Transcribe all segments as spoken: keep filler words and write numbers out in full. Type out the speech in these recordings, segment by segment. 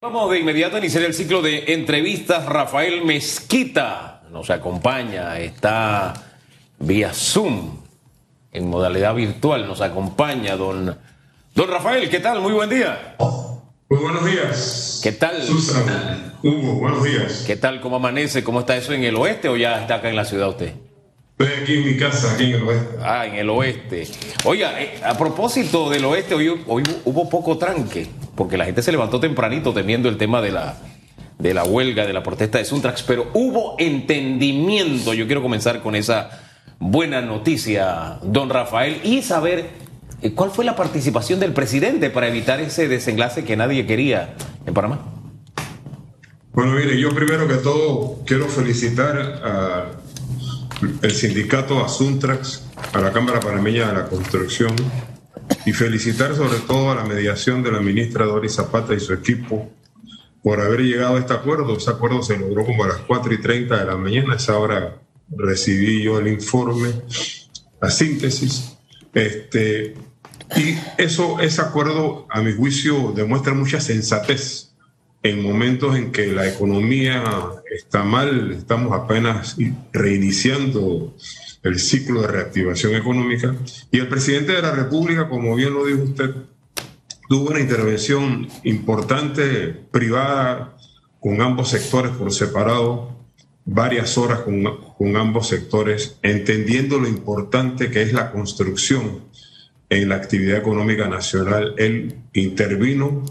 Vamos de inmediato a iniciar el ciclo de entrevistas. Rafael Mezquita nos acompaña, está vía Zoom, en modalidad virtual, nos acompaña don, don Rafael. ¿Qué tal? Muy buen día. Muy buenos días. ¿Qué tal? Susan, Hugo, buenos días. ¿Qué tal? ¿Cómo amanece? ¿Cómo está eso en el oeste o ya está acá en la ciudad usted? Estoy aquí en mi casa, aquí en el oeste. Ah, en el oeste. Oiga, eh, a propósito del oeste, hoy, hoy hubo poco tranque, porque la gente se levantó tempranito temiendo el tema de la, de la huelga, de la protesta de Suntrax, pero hubo entendimiento. Yo quiero comenzar con esa buena noticia, don Rafael, y saber eh, cuál fue la participación del presidente para evitar ese desenlace que nadie quería en Panamá. Bueno, mire, yo primero que todo quiero felicitar a el sindicato, a Suntrax, a la Cámara Panameña de la Construcción, y felicitar sobre todo a la mediación de la ministra Doris Zapata y su equipo por haber llegado a este acuerdo. Ese acuerdo se logró como a las cuatro y treinta de la mañana. A esa hora recibí yo el informe, la síntesis. Este, y eso, ese acuerdo, a mi juicio, demuestra mucha sensatez en momentos en que la economía está mal, estamos apenas reiniciando el ciclo de reactivación económica. Y el presidente de la República, como bien lo dijo usted, tuvo una intervención importante, privada, con ambos sectores por separado, varias horas con, con ambos sectores, entendiendo lo importante que es la construcción en la actividad económica nacional. Él intervino,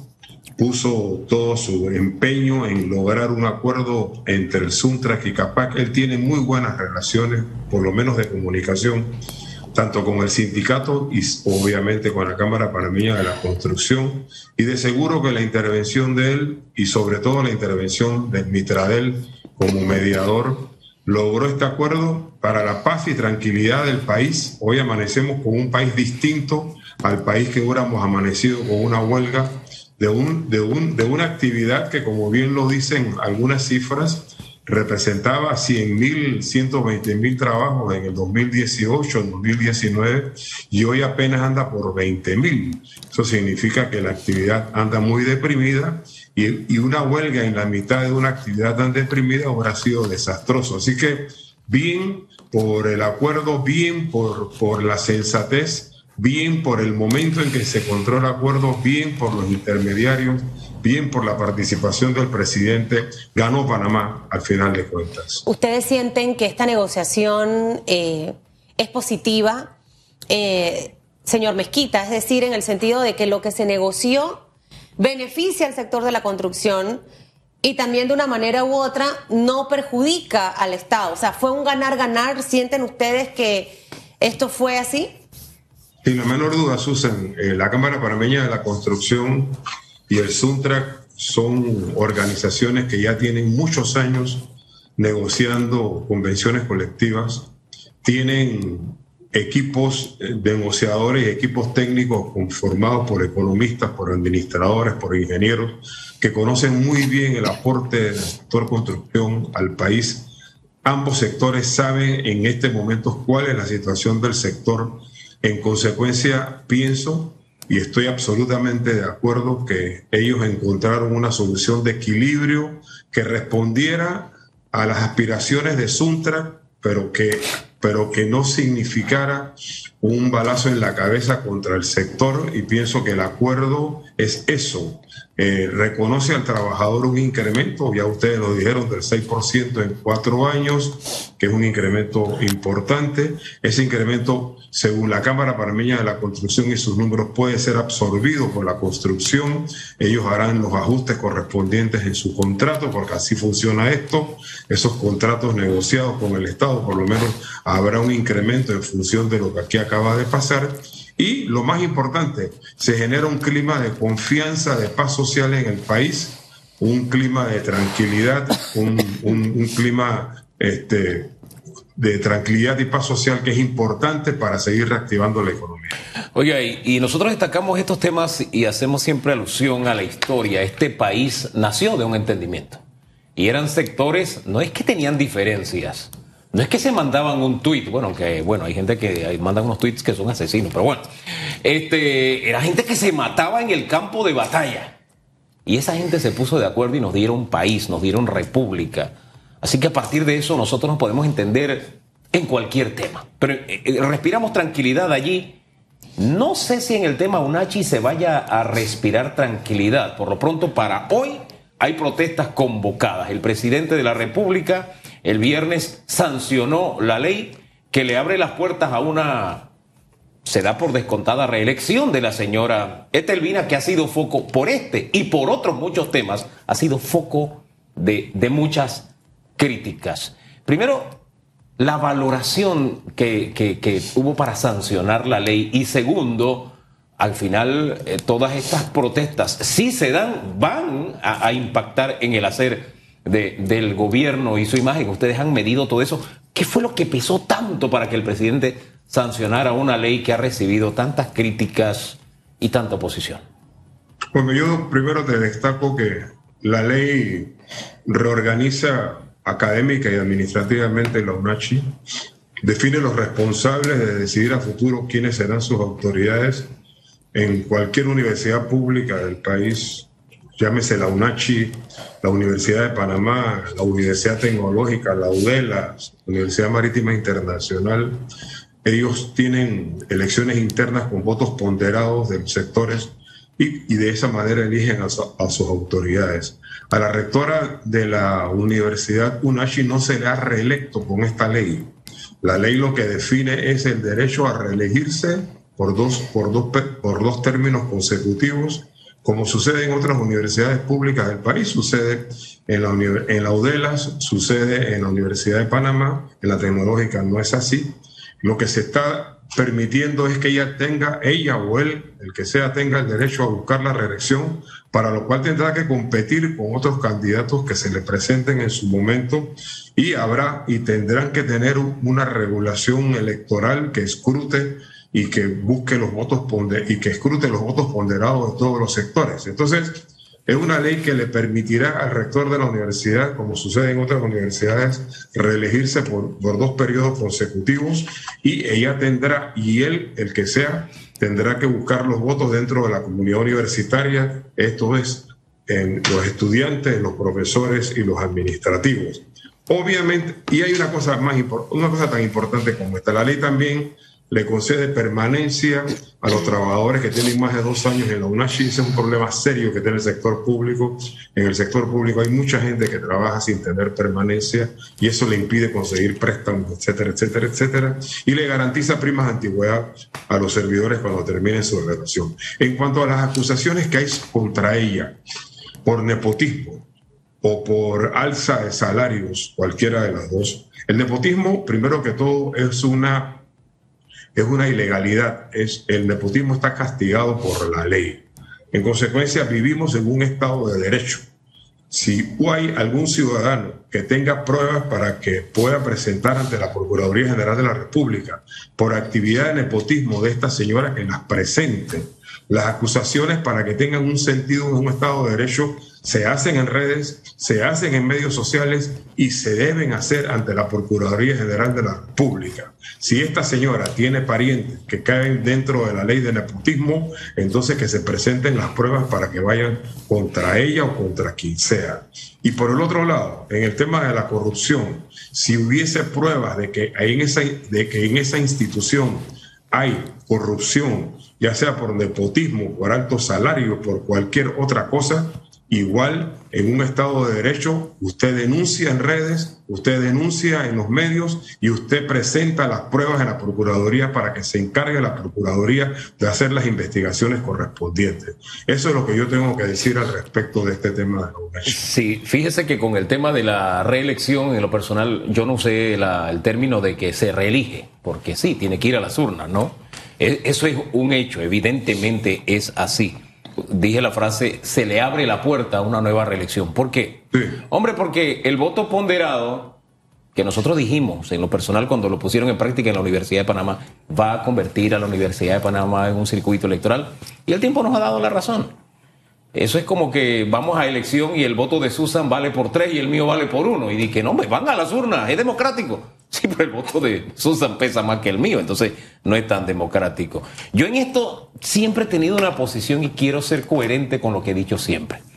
puso todo su empeño en lograr un acuerdo entre el Suntrax y Capac. Él tiene muy buenas relaciones, por lo menos de comunicación, tanto con el sindicato y obviamente con la Cámara Panameña de la Construcción. Y de seguro que la intervención de él y sobre todo la intervención del Mitradel como mediador logró este acuerdo para la paz y tranquilidad del país. Hoy amanecemos con un país distinto al país que hubiéramos amanecido con una huelga de, un, de, un, de una actividad que, como bien lo dicen algunas cifras, representaba cien mil, ciento veinte mil trabajos en el dos mil dieciocho, en dos mil diecinueve, y hoy apenas anda por veinte mil. Eso significa que la actividad anda muy deprimida, y, y una huelga en la mitad de una actividad tan deprimida habrá sido desastroso. Así que bien por el acuerdo, bien por, por la sensatez, bien por el momento en que se encontró el acuerdo, bien por los intermediarios, bien por la participación del presidente. Ganó Panamá al final de cuentas. ¿Ustedes sienten que esta negociación eh, es positiva, eh, señor Mezquita? Es decir, en el sentido de que lo que se negoció beneficia al sector de la construcción y también de una manera u otra no perjudica al Estado. O sea, ¿fue un ganar-ganar? ¿Sienten ustedes que esto fue así? Sin la menor duda, Susan, eh, la Cámara Panameña de la Construcción y el Suntrax son organizaciones que ya tienen muchos años negociando convenciones colectivas, tienen equipos de negociadores y equipos técnicos conformados por economistas, por administradores, por ingenieros, que conocen muy bien el aporte del sector construcción al país. Ambos sectores saben en este momento cuál es la situación del sector. En consecuencia, pienso y estoy absolutamente de acuerdo que ellos encontraron una solución de equilibrio que respondiera a las aspiraciones de Suntrax, pero que, pero que no significara un balazo en la cabeza contra el sector, y pienso que el acuerdo es eso. Eh, reconoce al trabajador un incremento, ya ustedes lo dijeron, del seis por ciento en cuatro años, que es un incremento importante. Ese incremento, según la Cámara Panameña de la Construcción y sus números, puede ser absorbido por la construcción. Ellos harán los ajustes correspondientes en su contrato, porque así funciona esto. Esos contratos negociados con el Estado, por lo menos habrá un incremento en función de lo que aquí acaba de pasar. Y lo más importante, se genera un clima de confianza, de paz social en el país, un clima de tranquilidad, un, un, un clima este, de tranquilidad y paz social que es importante para seguir reactivando la economía. Oiga, y, y nosotros destacamos estos temas y hacemos siempre alusión a la historia. Este país nació de un entendimiento. Y eran sectores, no es que tenían diferencias, no es que se mandaban un tuit, bueno, aunque bueno, hay gente que manda unos tuits que son asesinos, pero bueno, este, era gente que se mataba en el campo de batalla. Y esa gente se puso de acuerdo y nos dieron país, nos dieron república. Así que a partir de eso nosotros nos podemos entender en cualquier tema. Pero eh, respiramos tranquilidad allí. No sé si en el tema UNACHI se vaya a respirar tranquilidad. Por lo pronto, para hoy hay protestas convocadas. El presidente de la República el viernes sancionó la ley que le abre las puertas a una, se da por descontada, reelección de la señora Etelvina, que ha sido foco por este y por otros muchos temas, ha sido foco de, de muchas críticas. Primero, la valoración que, que, que hubo para sancionar la ley, y segundo, al final eh, todas estas protestas, si se dan, van a, a impactar en el hacer de, del gobierno y su imagen. Ustedes han medido todo eso. ¿Qué fue lo que pesó tanto para que el presidente sancionara una ley que ha recibido tantas críticas y tanta oposición? Bueno, yo primero te destaco que la ley reorganiza académica y administrativamente la UNACHI, define los responsables de decidir a futuro quiénes serán sus autoridades en cualquier universidad pública del país, llámese la UNACHI, la Universidad de Panamá, la Universidad Tecnológica, la UDELA, la Universidad Marítima Internacional. Ellos tienen elecciones internas con votos ponderados de los sectores y, y de esa manera eligen a, su, a sus autoridades. A la rectora de la Universidad UNACHI no se le ha reelecto con esta ley. La ley lo que define es el derecho a reelegirse por dos, por dos, por dos términos consecutivos, como sucede en otras universidades públicas del país. Sucede en la, en la UDELA, sucede en la Universidad de Panamá, en la Tecnológica no es así. Lo que se está permitiendo es que ella tenga, ella o él, el que sea, tenga el derecho a buscar la reelección, para lo cual tendrá que competir con otros candidatos que se le presenten en su momento, y habrá y tendrán que tener una regulación electoral que escrute y que busque los votos ponder, y que escrute los votos ponderados de todos los sectores. Entonces, es una ley que le permitirá al rector de la universidad, como sucede en otras universidades, reelegirse por, por dos periodos consecutivos, y ella tendrá, y él, el que sea, tendrá que buscar los votos dentro de la comunidad universitaria, esto es, en los estudiantes, los profesores y los administrativos. Obviamente, y hay una cosa, más, una cosa tan importante como esta, la ley también le concede permanencia a los trabajadores que tienen más de dos años en la UNACHI. Ese es un problema serio que tiene el sector público. En el sector público hay mucha gente que trabaja sin tener permanencia y eso le impide conseguir préstamos, etcétera, etcétera, etcétera. Y le garantiza primas de antigüedad a los servidores cuando terminen su relación. En cuanto a las acusaciones que hay contra ella por nepotismo o por alza de salarios, cualquiera de las dos, el nepotismo, primero que todo, es una... es una ilegalidad. Es, el nepotismo está castigado por la ley. En consecuencia, vivimos en un Estado de Derecho. Si hay algún ciudadano que tenga pruebas para que pueda presentar ante la Procuraduría General de la República por actividad de nepotismo de esta señora, que las presente. Las acusaciones, para que tengan un sentido en un Estado de Derecho, se hacen en redes, se hacen en medios sociales y se deben hacer ante la Procuraduría General de la República. Si esta señora tiene parientes que caen dentro de la ley de nepotismo, entonces que se presenten las pruebas para que vayan contra ella o contra quien sea. Y por el otro lado, en el tema de la corrupción, si hubiese pruebas de que en esa, de que en esa institución hay corrupción, ya sea por nepotismo, por alto salario, por cualquier otra cosa, igual, en un Estado de Derecho, usted denuncia en redes, usted denuncia en los medios y usted presenta las pruebas en la Procuraduría para que se encargue la Procuraduría de hacer las investigaciones correspondientes. Eso es lo que yo tengo que decir al respecto de este tema de la UNACHI. Sí, fíjese que con el tema de la reelección, en lo personal, yo no usé la, el término de que se reelige, porque sí, tiene que ir a las urnas, ¿no? Eso es un hecho, evidentemente es así. Dije la frase, se le abre la puerta a una nueva reelección. ¿Por qué? Sí. Hombre, porque el voto ponderado, que nosotros dijimos en lo personal cuando lo pusieron en práctica en la Universidad de Panamá, va a convertir a la Universidad de Panamá en un circuito electoral. Y el tiempo nos ha dado la razón. Eso es como que vamos a elección y el voto de Susan vale por tres y el mío vale por uno. Y dije, no, hombre, van a las urnas, es democrático. Sí, pero el voto de Susan pesa más que el mío, entonces no es tan democrático. Yo en esto siempre he tenido una posición y quiero ser coherente con lo que he dicho siempre.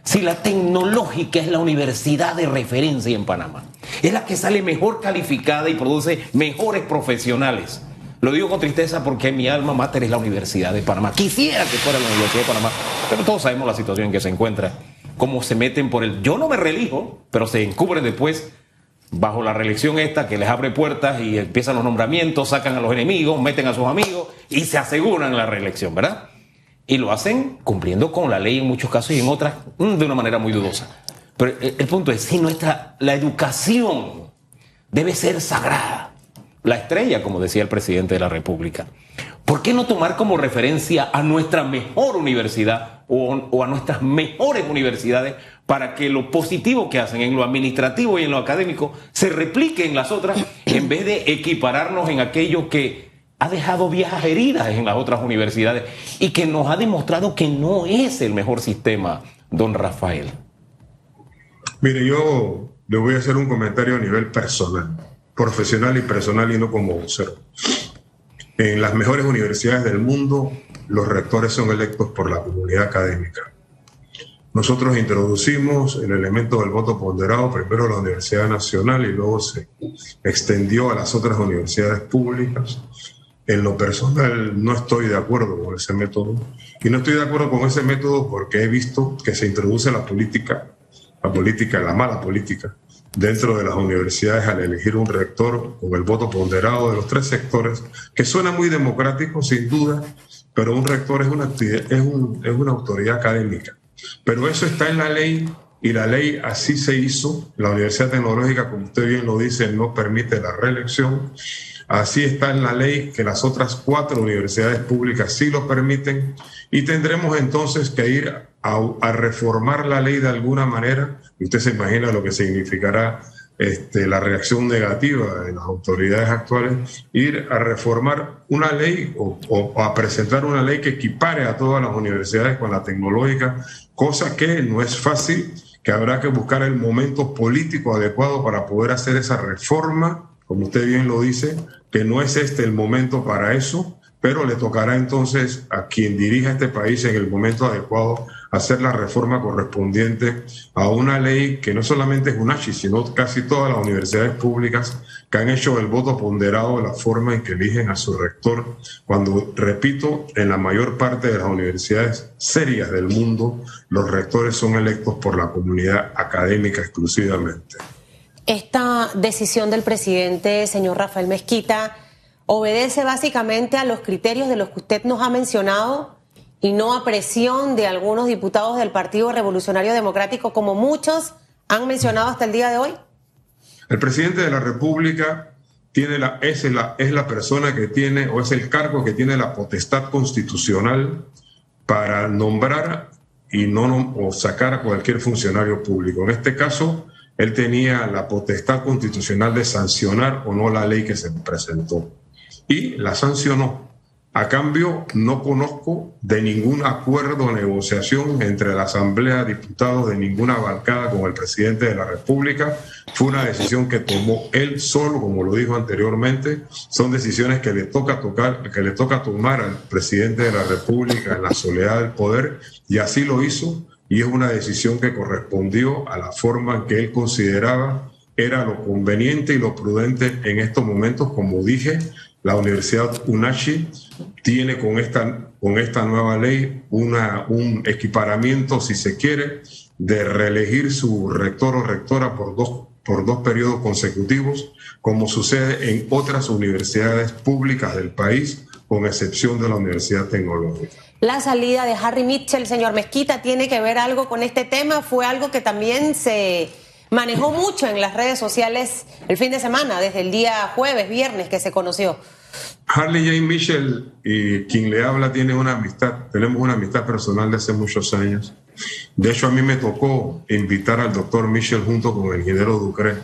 Si la tecnológica es la universidad de referencia en Panamá, es la que sale mejor calificada y produce mejores profesionales. Lo digo con tristeza porque mi alma mater es la Universidad de Panamá. Quisiera que fuera la Universidad de Panamá, pero todos sabemos la situación en que se encuentra. Cómo se meten por el... Yo no me reelijo, pero se encubren después bajo la reelección esta que les abre puertas y empiezan los nombramientos, sacan a los enemigos, meten a sus amigos y se aseguran la reelección, ¿verdad? Y lo hacen cumpliendo con la ley en muchos casos y en otras de una manera muy dudosa. Pero el, el punto es, si nuestra, la educación debe ser sagrada, la estrella, como decía el presidente de la República, ¿por qué no tomar como referencia a nuestra mejor universidad o, o a nuestras mejores universidades para que lo positivo que hacen en lo administrativo y en lo académico se replique en las otras en vez de equipararnos en aquello que ha dejado viejas heridas en las otras universidades y que nos ha demostrado que no es el mejor sistema, don Rafael? Mire, yo le voy a hacer un comentario a nivel personal, profesional y personal y no como vocero. En las mejores universidades del mundo, los rectores son electos por la comunidad académica. Nosotros introducimos el elemento del voto ponderado, primero a la Universidad Nacional y luego se extendió a las otras universidades públicas. En lo personal no estoy de acuerdo con ese método y no estoy de acuerdo con ese método porque he visto que se introduce la política, la política, la mala política dentro de las universidades al elegir un rector con el voto ponderado de los tres sectores, que suena muy democrático sin duda, pero un rector es una, es un, es una autoridad académica. Pero eso está en la ley y la ley así se hizo. La Universidad Tecnológica, como usted bien lo dice, no permite la reelección. Así está en la ley que las otras cuatro universidades públicas sí lo permiten y tendremos entonces que ir a, a reformar la ley de alguna manera. Y usted se imagina lo que significará este, la reacción negativa de las autoridades actuales, ir a reformar una ley o, o a presentar una ley que equipare a todas las universidades con la tecnológica, cosa que no es fácil, que habrá que buscar el momento político adecuado para poder hacer esa reforma. Como usted bien lo dice, que no es este el momento para eso, pero le tocará entonces a quien dirija este país en el momento adecuado hacer la reforma correspondiente a una ley que no solamente es UNACHI, sino casi todas las universidades públicas que han hecho el voto ponderado de la forma en que eligen a su rector, cuando, repito, en la mayor parte de las universidades serias del mundo, los rectores son electos por la comunidad académica exclusivamente. Esta decisión del presidente, señor Rafael Mezquita, obedece básicamente a los criterios de los que usted nos ha mencionado y no a presión de algunos diputados del Partido Revolucionario Democrático, como muchos han mencionado hasta el día de hoy. El presidente de la República tiene la, es, la, es la persona que tiene, o es el cargo que tiene la potestad constitucional para nombrar y no o sacar a cualquier funcionario público. En este caso, él tenía la potestad constitucional de sancionar o no la ley que se presentó y la sancionó. A cambio, no conozco de ningún acuerdo o negociación entre la Asamblea de Diputados, de ninguna bancada con el presidente de la República. Fue una decisión que tomó él solo, como lo dijo anteriormente. Son decisiones que le toca tocar, que le toca tomar al presidente de la República en la soledad del poder, y así lo hizo. Y es una decisión que correspondió a la forma en que él consideraba era lo conveniente y lo prudente en estos momentos. Como dije, la Universidad UNACHI tiene con esta, con esta nueva ley una, un equiparamiento, si se quiere, de reelegir su rector o rectora por dos, por dos periodos consecutivos, como sucede en otras universidades públicas del país, con excepción de la Universidad Tecnológica. La salida de Harry Mitchell, señor Mezquita, ¿tiene que ver algo con este tema? Fue algo que también se manejó mucho en las redes sociales el fin de semana, desde el día jueves, viernes que se conoció. Harley J. Mitchell y quien le habla tiene una amistad, tenemos una amistad personal de hace muchos años. De hecho, a mí me tocó invitar al doctor Mitchell junto con el ingeniero Ducre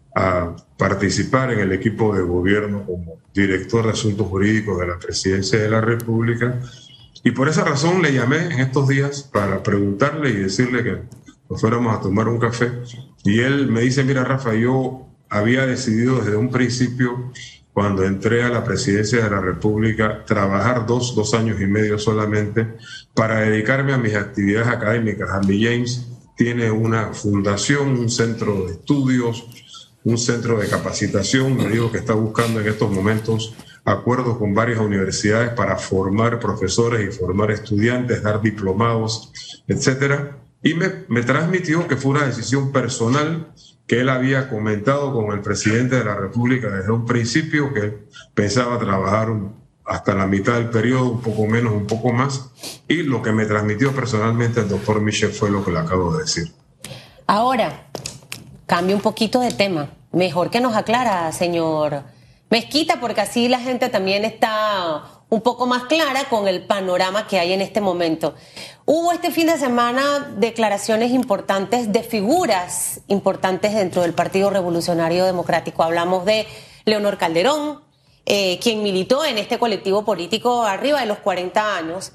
a participar en el equipo de gobierno como director de asuntos jurídicos de la Presidencia de la República. Y por esa razón le llamé en estos días para preguntarle y decirle que nos fuéramos a tomar un café. Y él me dice, mira, Rafa, yo había decidido desde un principio, cuando entré a la Presidencia de la República, trabajar dos, dos años y medio solamente para dedicarme a mis actividades académicas. A mi James tiene una fundación, un centro de estudios, un centro de capacitación. Me digo que está buscando en estos momentos acuerdos con varias universidades para formar profesores y formar estudiantes, dar diplomados, etcétera. Y me, me transmitió que fue una decisión personal que él había comentado con el presidente de la República desde un principio, que él pensaba trabajar un, hasta la mitad del periodo, un poco menos, un poco más, y lo que me transmitió personalmente el doctor Michel fue lo que le acabo de decir. Ahora, cambia un poquito de tema. Mejor que nos aclara, señor Mezquita, porque así la gente también está un poco más clara con el panorama que hay en este momento. Hubo este fin de semana declaraciones importantes de figuras importantes dentro del Partido Revolucionario Democrático. Hablamos de Leonor Calderón, eh, quien militó en este colectivo político arriba de los cuarenta años,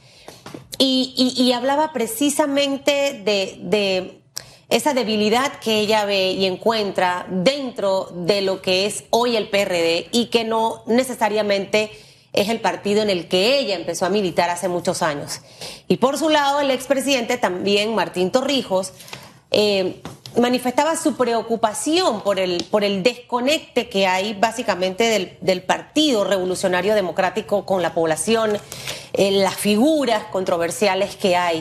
y, y, y hablaba precisamente de, de esa debilidad que ella ve y encuentra dentro de lo que es hoy el P R D y que no necesariamente es el partido en el que ella empezó a militar hace muchos años. Y por su lado, el expresidente también, Martín Torrijos, eh, manifestaba su preocupación por el, por el desconecte que hay básicamente del, del Partido Revolucionario Democrático con la población, eh, las figuras controversiales que hay.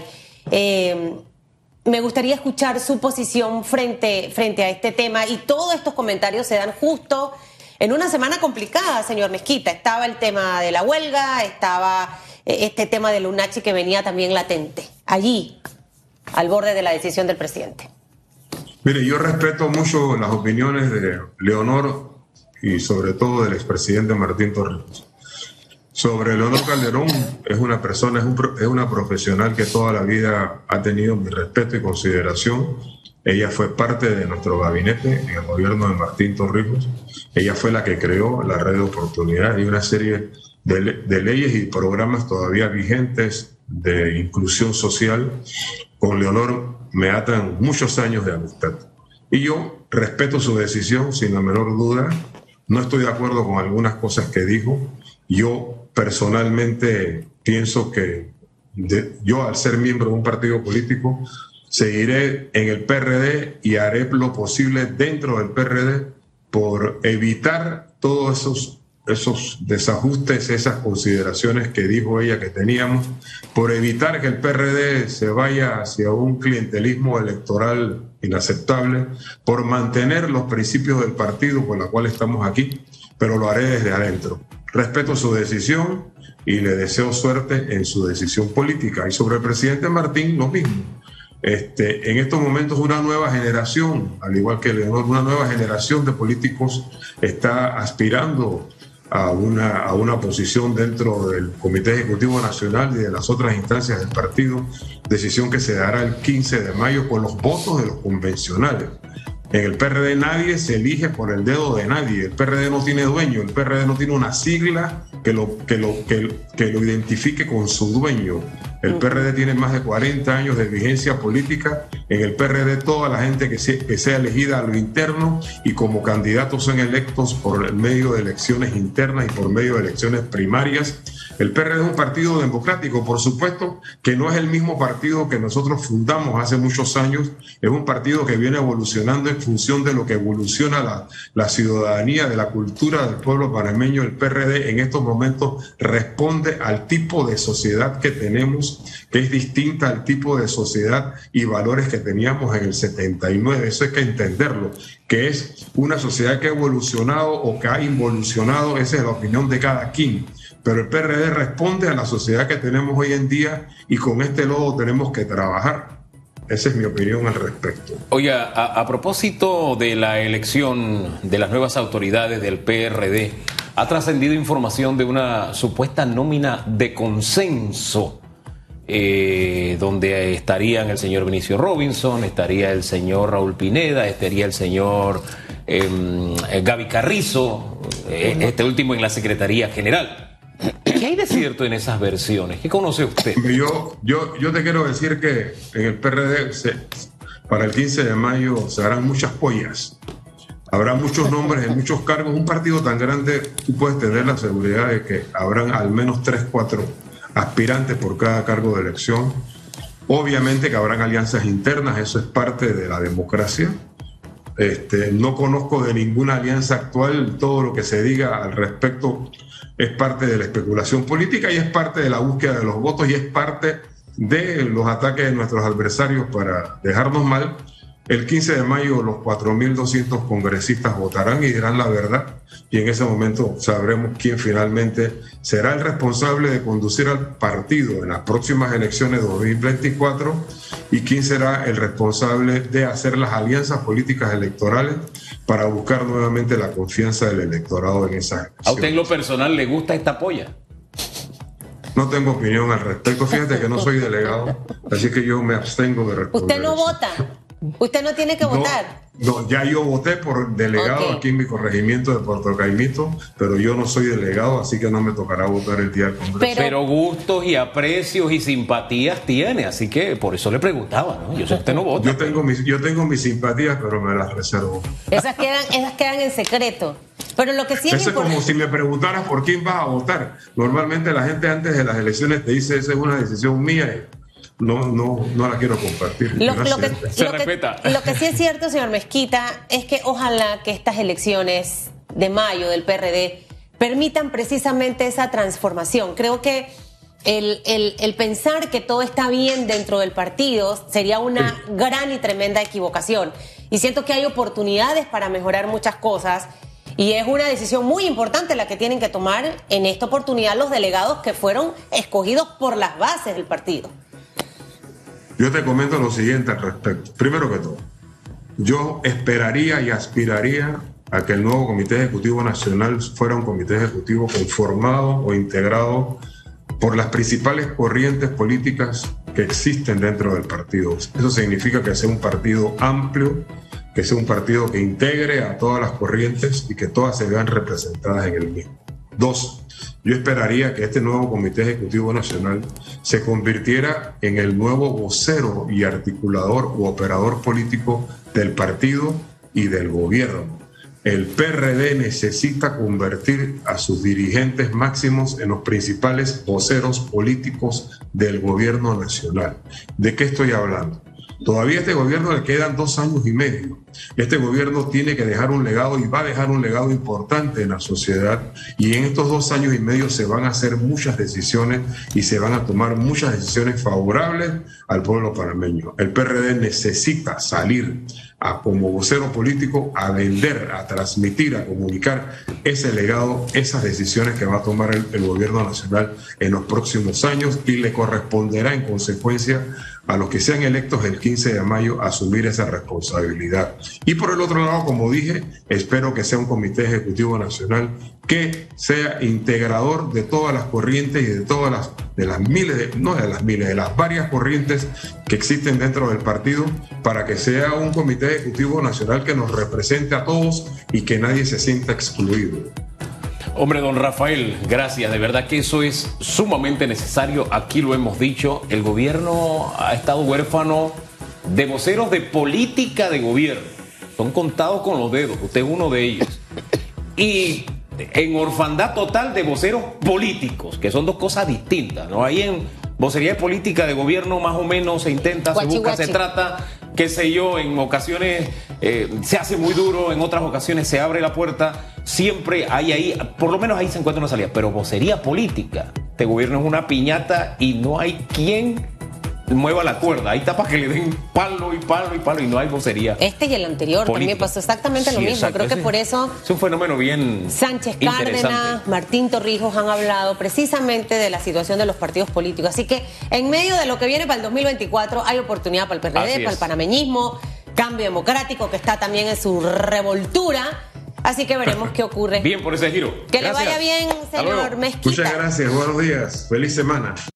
Eh, me gustaría escuchar su posición frente, frente a este tema, y todos estos comentarios se dan justo en una semana complicada, señor Mezquita. Estaba el tema de la huelga, estaba este tema del UNACHI que venía también latente, allí, al borde de la decisión del presidente. Mire, yo respeto mucho las opiniones de Leonor y sobre todo del expresidente Martín Torrijos. Sobre Leonor Calderón, es una persona, es, un, es una profesional que toda la vida ha tenido mi respeto y consideración. Ella fue parte de nuestro gabinete en el gobierno de Martín Torrijos. Ella fue la que creó la Red de Oportunidades y una serie de, de leyes y programas todavía vigentes de inclusión social. Con Leonor me atan muchos años de amistad. Y yo respeto su decisión sin la menor duda. No estoy de acuerdo con algunas cosas que dijo. Yo personalmente pienso que de, yo, al ser miembro de un partido político, seguiré en el P R D y haré lo posible dentro del P R D por evitar todos esos, esos desajustes, esas consideraciones que dijo ella que teníamos, por evitar que el P R D se vaya hacia un clientelismo electoral inaceptable, por mantener los principios del partido por los cuales estamos aquí, pero lo haré desde adentro. Respeto su decisión y le deseo suerte en su decisión política. Y sobre el presidente Martín, lo mismo. Este, en estos momentos una nueva generación, al igual que Leonor, una nueva generación de políticos está aspirando a una, a una posición dentro del Comité Ejecutivo Nacional y de las otras instancias del partido, decisión que se dará el quince de mayo con los votos de los convencionales. En el P R D nadie se elige por el dedo de nadie. El P R D no tiene dueño, el P R D no tiene una sigla que lo, que lo, que, que lo identifique con su dueño. El P R D tiene más de cuarenta años de vigencia política. En el P R D toda la gente que, se, que sea elegida a lo interno y como candidatos son electos por el medio de elecciones internas y por medio de elecciones primarias. El P R D es un partido democrático, por supuesto que no es el mismo partido que nosotros fundamos hace muchos años. Es un partido que viene evolucionando en función de lo que evoluciona la, la ciudadanía, de la cultura del pueblo panameño. El P R D en estos momentos responde al tipo de sociedad que tenemos, que es distinta al tipo de sociedad y valores que teníamos en el setenta y nueve. Eso hay que entenderlo, que es una sociedad que ha evolucionado o que ha involucionado. Esa es la opinión de cada quien. Pero el P R D responde a la sociedad que tenemos hoy en día y con este logo tenemos que trabajar. Esa es mi opinión al respecto. Oiga, a, a propósito de la elección de las nuevas autoridades del P R D, ha trascendido información de una supuesta nómina de consenso, eh, donde estarían el señor Vinicio Robinson, estaría el señor Raúl Pineda, estaría el señor eh, Gaby Carrizo, eh, este último en la Secretaría General. ¿Qué hay de cierto en esas versiones? ¿Qué conoce usted? Yo, yo, yo te quiero decir que en el P R D se, para el quince de mayo se harán muchas pollas. Habrá muchos nombres en muchos cargos. Un partido tan grande, tú puedes tener la seguridad de que habrán al menos tres, cuatro aspirantes por cada cargo de elección. Obviamente que habrán alianzas internas, eso es parte de la democracia. Este, no conozco de ninguna alianza actual, todo lo que se diga al respecto es parte de la especulación política y es parte de la búsqueda de los votos y es parte de los ataques de nuestros adversarios para dejarnos mal. El quince de mayo los cuatro mil doscientos congresistas votarán y dirán la verdad y en ese momento sabremos quién finalmente será el responsable de conducir al partido en las próximas elecciones de dos mil veinticuatro y quién será el responsable de hacer las alianzas políticas electorales para buscar nuevamente la confianza del electorado en esas elecciones. ¿A usted en lo personal le gusta esta polla? No tengo opinión al respecto. Fíjate que no soy delegado, así que yo me abstengo de responder. ¿Usted no eso. vota? ¿Usted no tiene que No, votar? No, ya yo voté por delegado Okay. aquí en mi corregimiento de Puerto Caimito, pero yo no soy delegado, así que no me tocará votar el día del Congreso. Pero- Pero gustos y aprecios y simpatías tiene, así que por eso le preguntaba, ¿no? Yo sé que usted no vota. Yo tengo mis, yo tengo mis simpatías, pero me las reservo. Esas quedan, esas quedan en secreto. Pero lo que sí es Eso es como importante. si me preguntaras por quién vas a votar. Normalmente la gente antes de las elecciones te dice, esa es una decisión mía y no, no, no la quiero compartir. Lo, lo que, Gracias. Se lo que- respeta. lo que sí es cierto, señor Mezquita, es que ojalá que estas elecciones de mayo del P R D permitan precisamente esa transformación. Creo que el, el- el pensar que todo está bien dentro del partido sería una gran y tremenda equivocación. Y siento que hay oportunidades para mejorar muchas cosas. Y es una decisión muy importante la que tienen que tomar en esta oportunidad los delegados que fueron escogidos por las bases del partido. Yo te comento lo siguiente al respecto. Primero que todo, yo esperaría y aspiraría a que el nuevo Comité Ejecutivo Nacional fuera un comité ejecutivo conformado o integrado por las principales corrientes políticas que existen dentro del partido. Eso significa que sea un partido amplio, que sea un partido que integre a todas las corrientes y que todas se vean representadas en el mismo. Dos, yo esperaría que este nuevo Comité Ejecutivo Nacional se convirtiera en el nuevo vocero y articulador u operador político del partido y del gobierno. El P R D necesita convertir a sus dirigentes máximos en los principales voceros políticos del gobierno nacional. ¿De qué estoy hablando? Todavía a este gobierno le quedan dos años y medio. Este gobierno tiene que dejar un legado y va a dejar un legado importante en la sociedad y en estos dos años y medio se van a hacer muchas decisiones y se van a tomar muchas decisiones favorables al pueblo panameño. El P R D necesita salir a, como vocero político a vender, a transmitir, a comunicar ese legado, esas decisiones que va a tomar el, el gobierno nacional en los próximos años y le corresponderá en consecuencia a los que sean electos el quince de mayo asumir esa responsabilidad. Y por el otro lado, como dije, espero que sea un comité ejecutivo nacional que sea integrador de todas las corrientes y de todas las, de las miles, de, no de las miles, de las varias corrientes que existen dentro del partido para que sea un comité ejecutivo nacional que nos represente a todos y que nadie se sienta excluido. Hombre, don Rafael, gracias. De verdad que eso es sumamente necesario. Aquí lo hemos dicho. El gobierno ha estado huérfano de voceros de política de gobierno. Son contados con los dedos. Usted es uno de ellos. Y en orfandad total de voceros políticos, que son dos cosas distintas, ¿no? Ahí en vocería de política de gobierno más o menos se intenta, Guachi, se busca, guachi. se trata, qué sé yo, en ocasiones eh, se hace muy duro, en otras ocasiones se abre la puerta, siempre hay ahí, por lo menos ahí se encuentra una salida, pero vocería política, este gobierno es una piñata y no hay quien mueva la cuerda, ahí está para que le den palo y palo y palo y no hay vocería. Este y el anterior política. también pasó exactamente lo Sí, mismo. exacto. Creo que Ese- por eso es un fenómeno bien Sánchez interesante. Cárdenas, Martín Torrijos han hablado precisamente de la situación de los partidos políticos. Así que en medio de lo que viene para el dos mil veinticuatro hay oportunidad para el P R D, Así para es. el panameñismo, cambio democrático que está también en su revoltura. Así que veremos qué ocurre. Bien por ese giro. Que le Gracias. vaya bien, Hasta luego. señor Mezquita. Muchas gracias, buenos días, feliz semana.